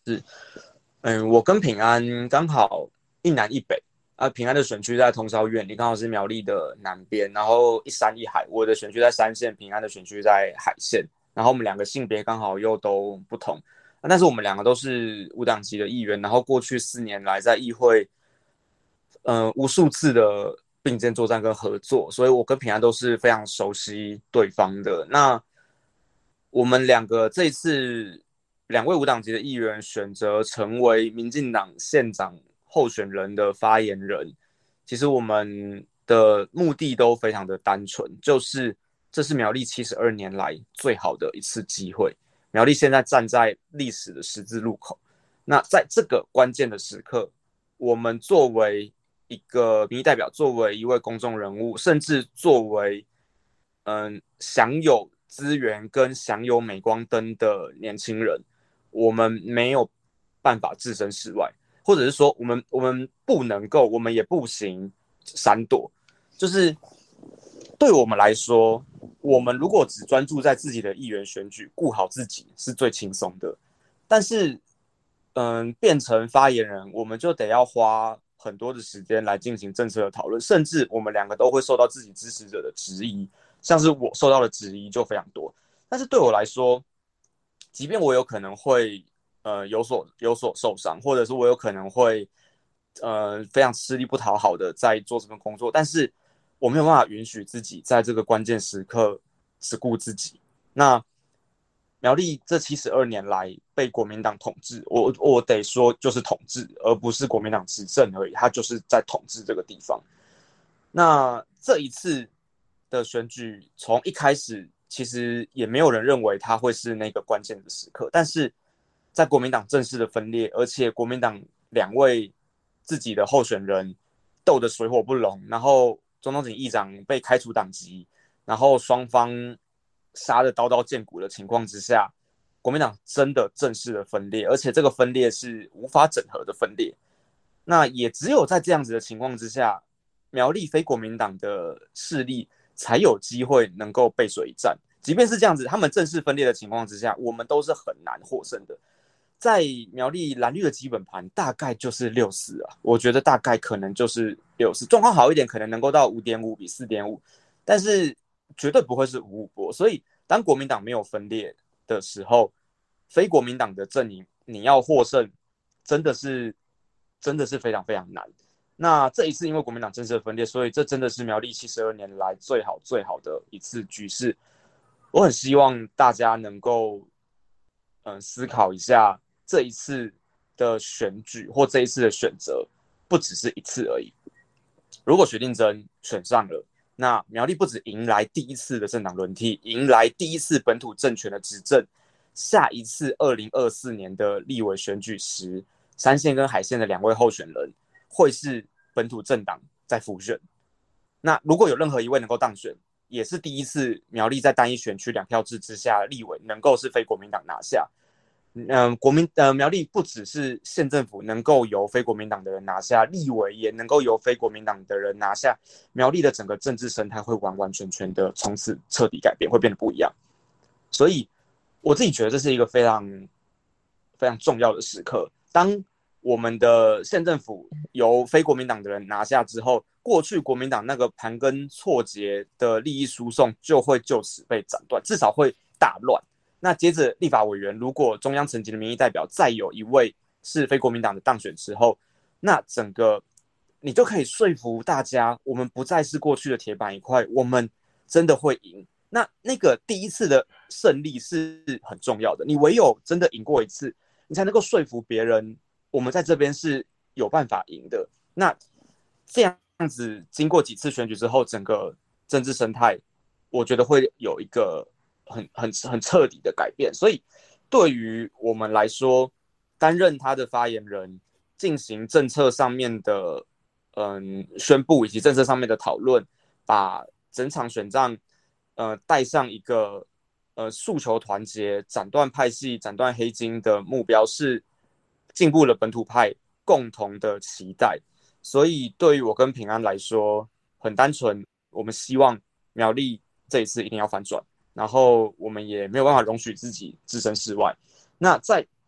我跟平安刚好一南一北啊，平安的选区在通霄院里，刚好是苗栗的南边，然后一山一海。我的选区在山线，平安的选区在海线，然后我们两个性别刚好又都不同，但是我们两个都是无党籍的议员，然后过去4年来在议会，无数次的并肩作战跟合作，所以我跟平安都是非常熟悉对方的。那我们两个这一次2位无党籍的议员选择成为民进党县长候选人的发言人，其实我们的目的都非常的单纯，就是这是苗栗72年来最好的一次机会。苗栗现在站在历史的十字路口，那在这个关键的时刻，我们作为一个民意代表，作为一位公众人物，甚至作为享有资源跟享有镁光灯的年轻人，我们没有办法置身事外，或者是说我们不能够，我们也不行闪躲。就是对我们来说，我们如果只专注在自己的议员选举，顾好自己是最轻松的。但是变成发言人，我们就得要花很多的时间来进行政策的讨论，甚至我们两个都会受到自己支持者的质疑，像是我受到的质疑就非常多。但是对我来说，即便我有可能会有所受伤，或者是我有可能会非常吃力不讨好的在做这份工作，但是我没有办法允许自己在这个关键时刻只顾自己。那苗栗这72年来被国民党统治，我得说就是统治，而不是国民党执政而已，他就是在统治这个地方。那这一次的选举从一开始其实也没有人认为它会是那个关键的时刻，但是在国民党正式的分裂，而且国民党2位自己的候选人斗得水火不容，然后中东锦议长被开除党籍，然后双方杀得刀刀见骨的情况之下，国民党真的正式的分裂，而且这个分裂是无法整合的分裂。那也只有在这样子的情况之下，苗栗非国民党的势力才有机会能够背水一战。即便是这样子，他们正式分裂的情况之下，我们都是很难获胜的。在苗栗蓝绿的基本盘大概就是6-4啊，我觉得大概可能就是6-4，状况好一点可能能够到5.5比4.5，但是绝对不会是5-5波。所以当国民党没有分裂的时候，非国民党的阵营你要获胜，真的是非常非常难。那这一次因为国民党正式的分裂，所以这真的是苗栗72年来最好的一次局势。我很希望大家能够思考一下，这一次的选举或这一次的选择不只是一次而已。如果许定真选上了，那苗栗不止迎来第一次的政党轮替，迎来第一次本土政权的执政，下一次2024年的立委选举时，山线跟海线的2位候选人会是本土政党在复选。那如果有任何一位能够当选，也是第一次苗栗在单一选区2票制之下，立委能够是非国民党拿下。苗栗不只是县政府能够由非国民党的人拿下，立委也能够由非国民党的人拿下，苗栗的整个政治生态会完完全全的从此彻底改变，会变得不一样。所以我自己觉得这是一个非常非常重要的时刻。当我们的县政府由非国民党的人拿下之后，过去国民党那个盘根错节的利益输送就会就此被斩断，至少会大乱。那接着立法委员，如果中央层级的民意代表再有一位是非国民党的当选之后，那整个你就可以说服大家，我们不再是过去的铁板一块，我们真的会赢。那个第一次的胜利是很重要的，你唯有真的赢过一次，你才能够说服别人，我们在这边是有办法赢的。那这样子经过几次选举之后，整个政治生态，我觉得会有一个很彻底的改变。所以对于我们来说，担任他的发言人，进行政策上面的宣布以及政策上面的讨论，把整场选战带上一个诉求团结、斩断派系、斩断黑金的目标，是进步了本土派共同的期待。所以对于我跟平安来说，很单纯，我们希望苗栗这一次一定要反转，然后我们也没有办法容许自己置身事外。那在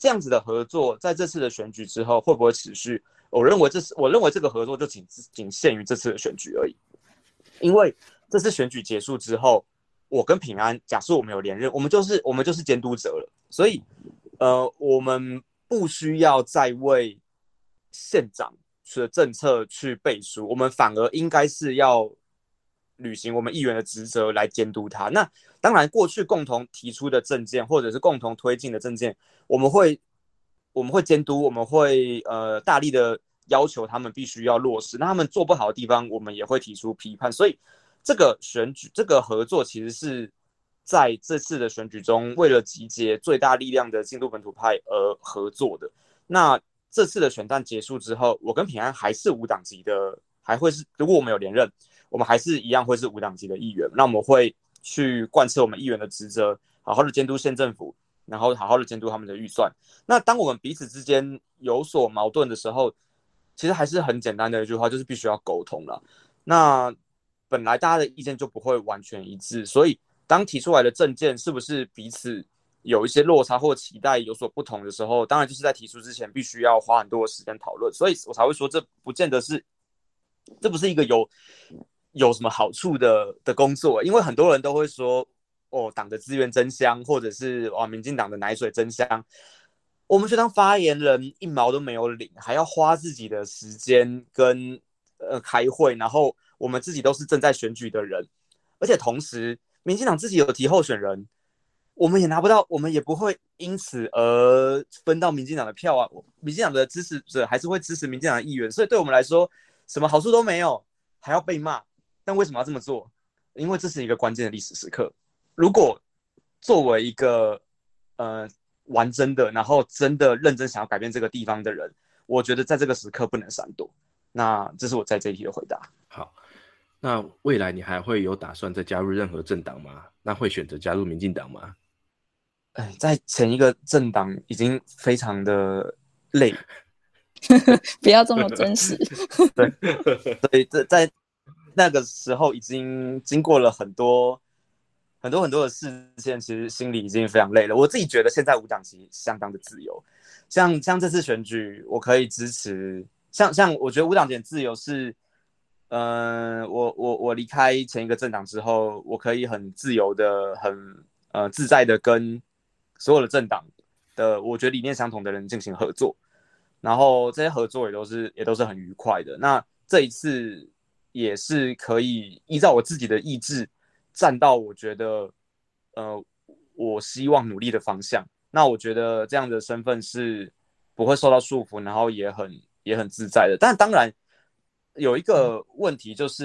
这样子的合作在这次的选举之后会不会持续？我认为这个合作就仅限于这次的选举而已，因为这次选举结束之后，我跟平安假设我们有连任，我们就是监督者了，所以我们不需要再为县长的政策去背书，我们反而应该是要履行我们议员的职责来监督他。那当然，过去共同提出的政见或者是共同推进的政见，我们会监督，我们会大力的要求他们必须要落实。那他们做不好的地方，我们也会提出批判。所以这个选举这个合作其实是在这次的选举中，为了集结最大力量的京都本土派而合作的。那这次的选战结束之后，我跟平安还是无党籍的，还会是如果我们有连任，我们还是一样会是无党籍的议员。那我们会去贯彻我们议员的职责，好好的监督县政府，然后好好的监督他们的预算。那当我们彼此之间有所矛盾的时候，其实还是很简单的一句话，就是必须要沟通了。那本来大家的意见就不会完全一致，所以当提出来的政见是不是彼此有一些落差或期待有所不同的时候，当然就是在提出之前必须要花很多的时间讨论。所以我才会说，这不见得是，这不是一个有什么好处的工作，因为很多人都会说，哦，党的资源真香，或者是哇，民进党的奶水真香。我们去当发言人一毛都没有领，还要花自己的时间跟开会，然后我们自己都是正在选举的人，而且同时民进党自己有提候选人，我们也拿不到，我们也不会因此而分到民进党的票啊。民进党的支持者还是会支持民进党的议员，所以对我们来说什么好处都没有，还要被骂。但为什么要这么做？因为这是一个关键的历史时刻。如果作为一个玩真的，然后真的认真想要改变这个地方的人，我觉得在这个时刻不能闪躲。那这是我在这一题的回答。 好，那未来你还会有打算再加入任何政党吗？那会选择加入民进党吗？ 在前一个政党已经非常的累， 不要这么真实。 对，所以在那个时候已经经过了很多的事件，其实心里已经非常累了。我自己觉得现在无党籍相当的自由，像这次选举，我可以支持，像我觉得无党籍自由是，我离开前一个政党之后，我可以很自由的、很自在的跟所有的政党的我觉得理念相同的人进行合作，然后这些合作也都是很愉快的。那这一次也是可以依照我自己的意志站到我觉得我希望努力的方向。那我觉得这样的身份是不会受到束缚，然后也很自在的。但当然有一个问题就是，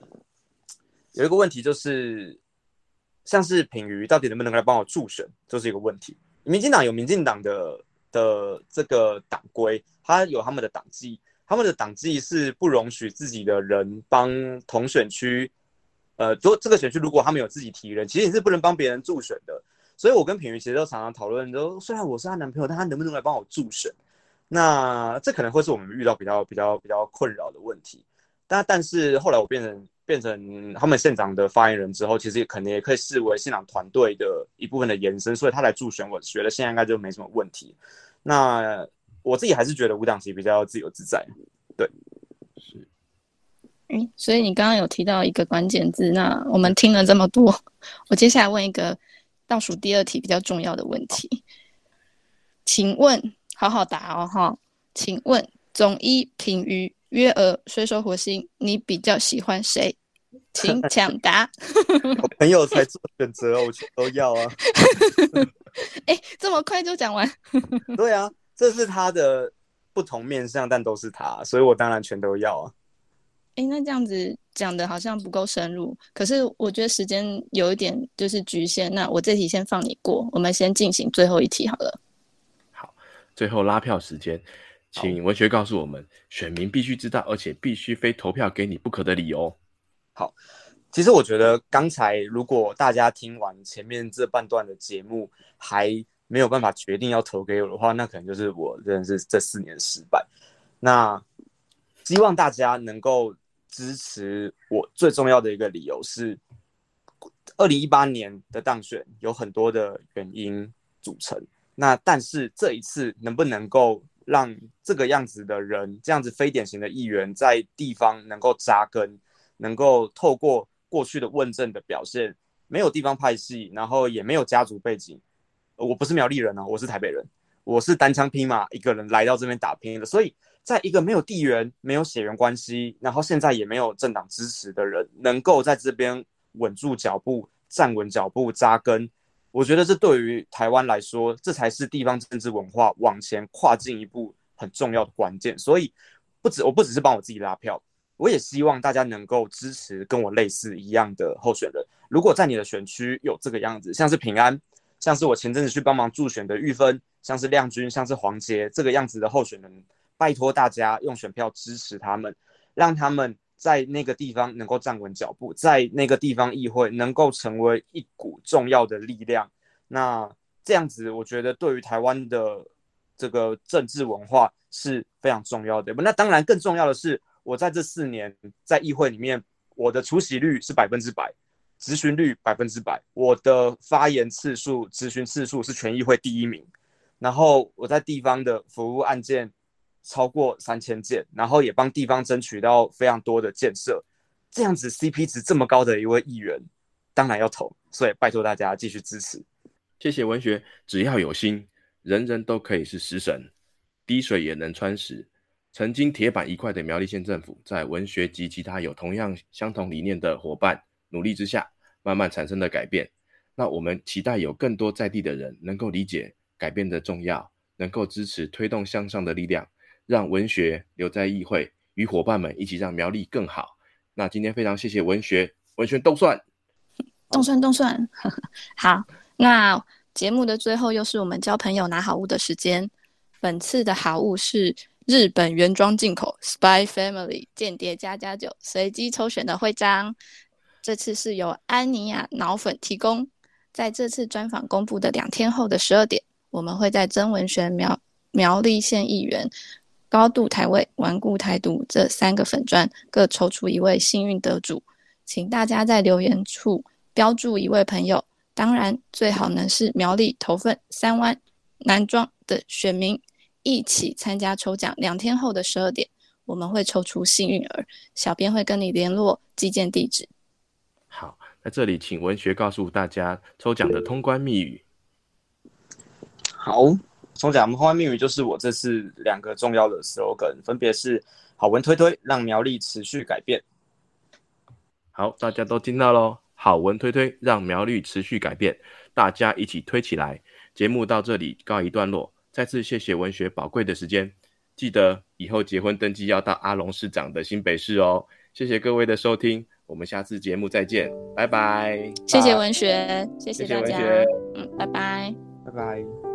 像是品瑜到底能不能来帮我助选，就是一个问题。民进党有民进党的这个党规，他有他们的党纪，他们的党纪是不容许自己的人帮同选区，这个选区如果他们有自己提人，其实你是不能帮别人助选的。所以我跟品瑜其实都常常讨论，说虽然我是她男朋友，但他能不能来帮我助选？那这可能会是我们遇到比较困扰的问题。但是后来我变成他们县长的发言人之后，其实可能也可以视为县长团队的一部分的延伸，所以他来助选，我觉得现在应该就没什么问题。那我自己还是觉得无党籍比较自由自在，对。 是。 所以你刚刚有提到一个关键字，那我们听了这么多，我接下来问一个倒数第二题比较重要的问题，请问，好好答哦哈，请问总一、品瑜、约尔、水手、火星，你比较喜欢谁？请抢答。 我朋友才做选择，我全都要啊。 这么快就讲完？ 对啊，这是他的不同面向，但都是他，所以我当然全都要啊。 那这样子讲的好像不够深入，可是我觉得时间有一点就是局限，那我这题先放你过，我们先进行最后一题好了。 好，最后拉票时间，请文学告诉我们，选民必须知道，而且必须非投票给你不可的理由。好， 其实我觉得刚才如果大家听完前面这半段的节目，还没有办法决定要投给我的话，那可能就是我真的是这4年失败。那希望大家能够支持我，最重要的一个理由是，2018年的当选有很多的原因组成。 那但是这一次能不能够让这个样子的人，这样子非典型的议员在地方能够扎根，能够透过过去的问政的表现，没有地方派系，然后也没有家族背景，我不是苗栗人我是台北人，我是单枪匹马一个人来到这边打拼的，所以在一个没有地缘、没有血缘关系，然后现在也没有政党支持的人，能够在这边稳住脚步、站稳脚步、扎根，我觉得这对于台湾来说，这才是地方政治文化往前跨进一步很重要的关键。所以我不只是帮我自己拉票，我也希望大家能够支持跟我类似一样的候选人。如果在你的选区有这个样子，像是平安，像是我前阵子去帮忙助选的玉芬，像是亮君，像是黄杰这个样子的候选人，拜托大家用选票支持他们，让他们在那个地方能够站稳脚步，在那个地方议会能够成为一股重要的力量。那这样子，我觉得对于台湾的这个政治文化是非常重要的。那当然，更重要的是，我在这4年在议会里面，我的出席率是100%，质询率100%，我的发言次数、质询次数是全议会第1名。然后我在地方的服务案件超过3000件，然后也帮地方争取到非常多的建设。这样子 CP 值这么高的一位议员，当然要投，所以拜托大家继续支持。 谢谢文学，只要有心，人人都可以是食神，滴水也能穿石。曾经铁板一块的苗栗县政府，在文学及其他有同样相同理念的伙伴努力之下，慢慢产生了改变。那我们期待有更多在地的人能够理解改变的重要，能够支持推动向上的力量，让文学留在议会，与伙伴们一起让苗栗更好。那今天非常谢谢文学动算好，那节目的最后又是我们交朋友拿好物的时间。本次的好物是日本原装进口 Spy Family 间谍家家酒随机抽选的徽章，这次是由安妮亚脑粉提供。在这次专访公布的2天后的12点，我们会在曾文学苗栗县议员、高度台位、顽固台独这3个粉专各抽出1位幸运得主，请大家在留言处标注1位朋友，当然最好能是苗栗头份3湾南庄的选民，一起参加抽奖。2天后的12点，我们会抽出幸运儿，小编会跟你联络寄件地址。 好，在这里请文学告诉大家抽奖的通关密语。 好，抽奖通关密语就是我这次2个重要的 slogan， 分别是好文推推，让苗栗持续改变。 好，大家都听到咯，好文推推，让苗栗持续改变，大家一起推起来。节目到这里告一段落，再次谢谢文学宝贵的时间，记得以后结婚登记要到阿龙市长的新北市哦。谢谢各位的收听，我们下次节目再见，拜拜。 谢谢文学，谢谢大家， 谢谢文学， 拜拜， 拜拜。